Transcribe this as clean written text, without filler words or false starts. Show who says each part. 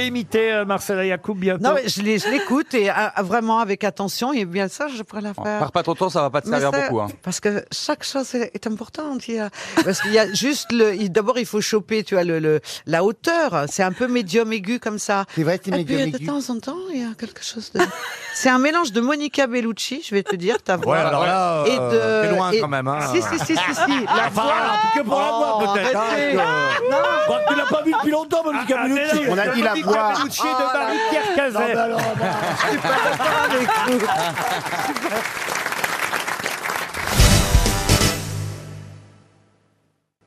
Speaker 1: imiter Marcella Yacoub bientôt?
Speaker 2: Non, mais je l'écoute et vraiment avec attention, et bien ça, je pourrais la faire.
Speaker 3: Pars pas ton temps, ça va pas te servir beaucoup. Hein.
Speaker 2: Parce que chaque chose est importante. Parce qu'il y a juste d'abord, il faut choper, tu vois, la hauteur. C'est un peu médium aigu comme ça.
Speaker 4: C'est vrai, c'est
Speaker 2: Et puis,
Speaker 4: médium
Speaker 2: de
Speaker 4: aigu.
Speaker 2: temps en temps, il y a quelque chose de. C'est un mélange de Monica Bellucci, je vais te dire, ta voix.
Speaker 3: Ouais, alors là,
Speaker 2: et de.
Speaker 3: t'es loin
Speaker 2: et-
Speaker 3: quand même. Hein.
Speaker 2: Si. La
Speaker 1: Enfin,
Speaker 2: voix.
Speaker 1: en tout cas pour la voix, peut-être.
Speaker 2: Arrêtez.
Speaker 1: Je crois que tu l'as pas vu depuis longtemps, Monica Bellucci.
Speaker 4: On a dit la voix.
Speaker 1: Bellucci de Marie-Pierre Cazet.
Speaker 2: Je suis pas d'accord avec vous.